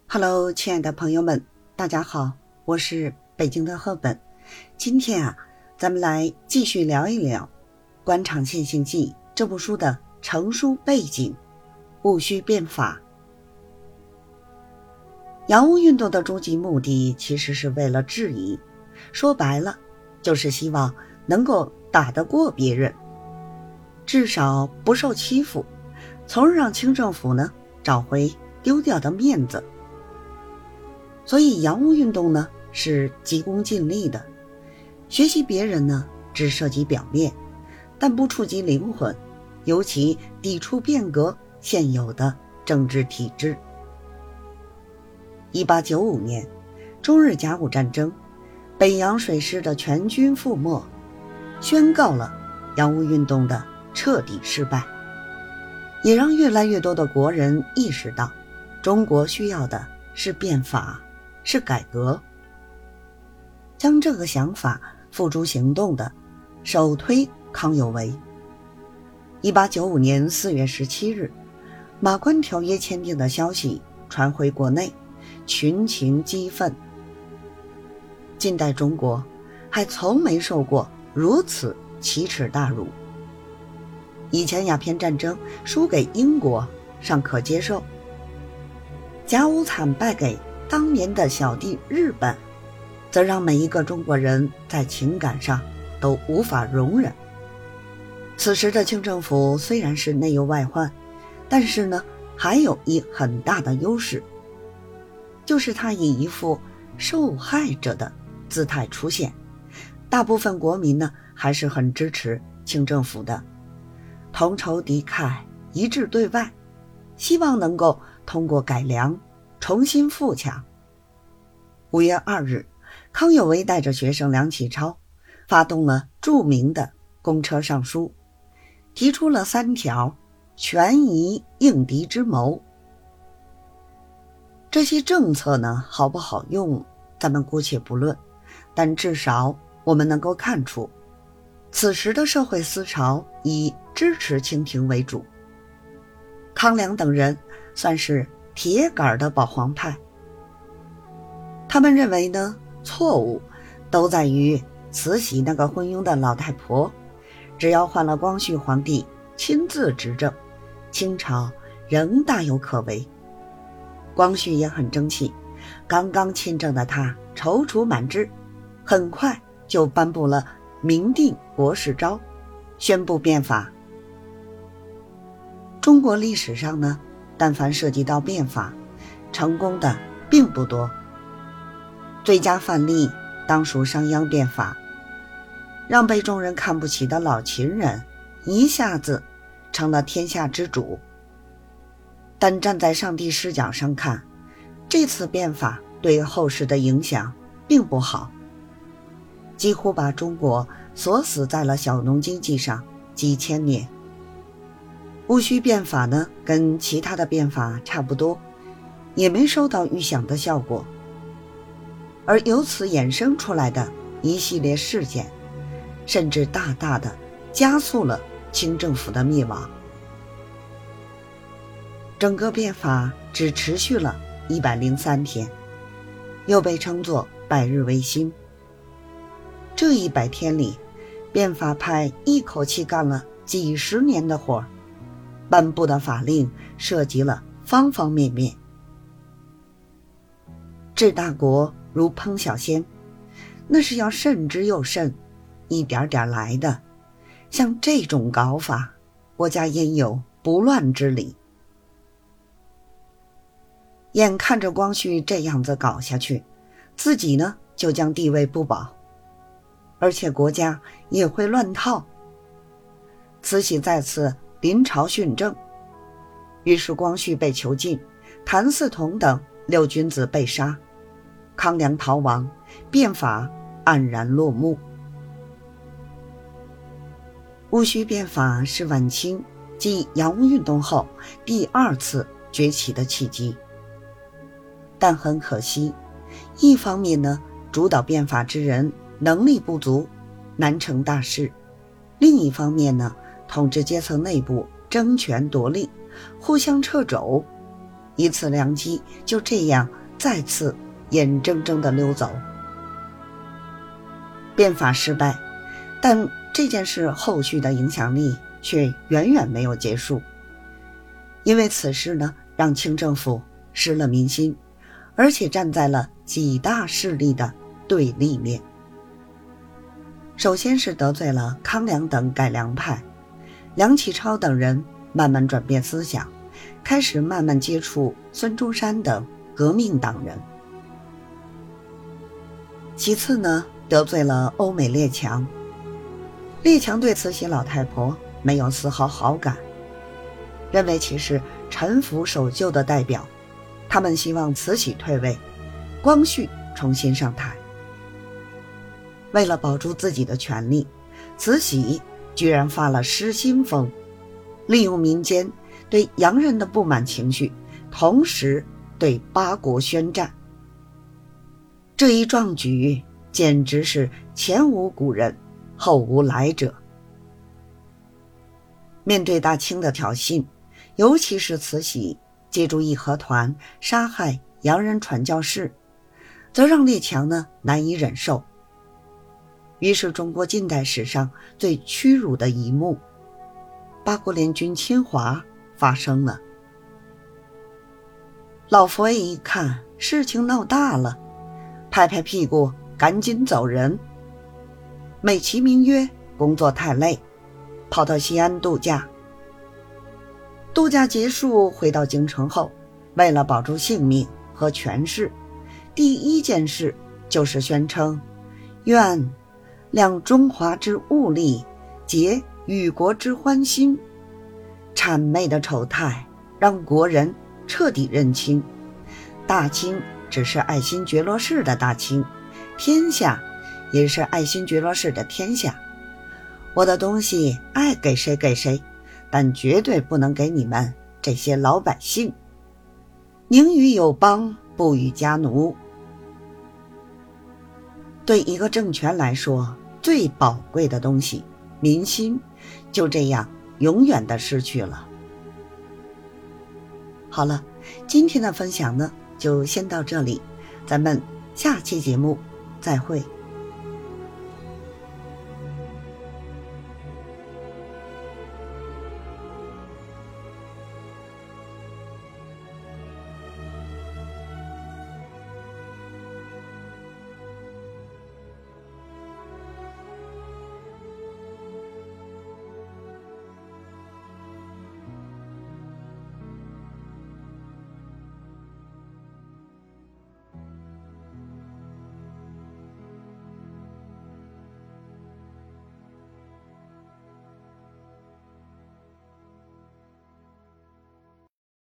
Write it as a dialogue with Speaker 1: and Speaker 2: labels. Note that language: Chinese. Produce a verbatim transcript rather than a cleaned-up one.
Speaker 1: Hello， 亲爱的朋友们，大家好，我是北京的赫本。今天啊，咱们来继续聊一聊《官场现形记》这部书的成书背景，戊戌变法。洋务运动的终极目的其实是为了质疑，说白了，就是希望能够打得过别人，至少不受欺负，从而让清政府呢找回丢掉的面子。所以洋务运动呢是急功近利的，学习别人呢只涉及表面，但不触及灵魂，尤其抵触变革现有的政治体制。一八九五年，中日甲午战争，北洋水师的全军覆没，宣告了洋务运动的彻底失败，也让越来越多的国人意识到，中国需要的是变法，是改革。将这个想法付诸行动的，首推康有为。一八九五年四月十七日，马关条约签订的消息传回国内，群情激愤。近代中国还从没受过如此奇耻大辱。以前鸦片战争输给英国尚可接受，甲午惨败给当年的小弟日本，则让每一个中国人在情感上都无法容忍。此时的清政府虽然是内忧外患，但是呢还有一很大的优势，就是他以一副受害者的姿态出现。大部分国民呢还是很支持清政府的，同仇敌忾，一致对外，希望能够通过改良重新富强。五月二日，康有为带着学生梁启超发动了著名的公车上书，提出了三条权宜应敌之谋。这些政策呢好不好用咱们姑且不论，但至少我们能够看出，此时的社会思潮以支持清廷为主。康梁等人算是铁杆的保皇派，他们认为呢，错误都在于慈禧那个昏庸的老太婆，只要换了光绪皇帝亲自执政，清朝仍大有可为。光绪也很争气，刚刚亲政的他踌躇满志，很快就颁布了明定国事诏，宣布变法。中国历史上呢，但凡涉及到变法，成功的并不多。最佳范例当属商鞅变法，让被众人看不起的老秦人一下子成了天下之主。但站在上帝视角上看，这次变法对后世的影响并不好，几乎把中国锁死在了小农经济上几千年。戊戌变法呢，跟其他的变法差不多，也没收到预想的效果。而由此衍生出来的一系列事件，甚至大大的加速了清政府的灭亡。整个变法只持续了一百零三天，又被称作百日维新。这一百天里，变法派一口气干了几十年的活，颁布的法令涉及了方方面面。治大国如烹小鲜，那是要慎之又慎，一点点来的。像这种搞法，国家焉有不乱之理？眼看着光绪这样子搞下去，自己呢就将地位不保，而且国家也会乱套。慈禧再次临朝训政，于是光绪被囚禁，谭嗣同等六君子被杀，康梁逃亡，变法黯然落幕。戊戌变法是晚清继洋务运动后第二次崛起的契机，但很可惜，一方面呢，主导变法之人能力不足，难成大事；另一方面呢，统治阶层内部争权夺利，互相掣肘， 一次良机就这样再次眼睁睁地溜走。变法失败，但这件事后续的影响力却远远没有结束。因为此事呢，让清政府失了民心，而且站在了几大势力的对立面。首先是得罪了康梁等改良派，梁启超等人慢慢转变思想，开始慢慢接触孙中山等革命党人。其次呢，得罪了欧美列强，列强对慈禧老太婆没有丝毫好感，认为其是臣服守旧的代表，他们希望慈禧退位，光绪重新上台。为了保住自己的权利，慈禧居然发了失心疯，利用民间对洋人的不满情绪，同时对八国宣战。这一壮举简直是前无古人后无来者。面对大清的挑衅，尤其是慈禧借助义和团杀害洋人传教士，则让列强呢难以忍受。于是中国近代史上最屈辱的一幕，八国联军侵华发生了。老佛爷一看事情闹大了，拍拍屁股赶紧走人，美其名曰工作太累，跑到西安度假。度假结束回到京城后，为了保住性命和权势，第一件事就是宣称愿量中华之物力，结与国之欢心。谄媚的丑态让国人彻底认清，大清只是爱新觉罗氏的大清，天下也是爱新觉罗氏的天下。我的东西爱给谁给谁，但绝对不能给你们这些老百姓。宁与友邦，不与家奴。对一个政权来说，最宝贵的东西民心，就这样永远的失去了。好了，今天的分享呢就先到这里，咱们下期节目再会。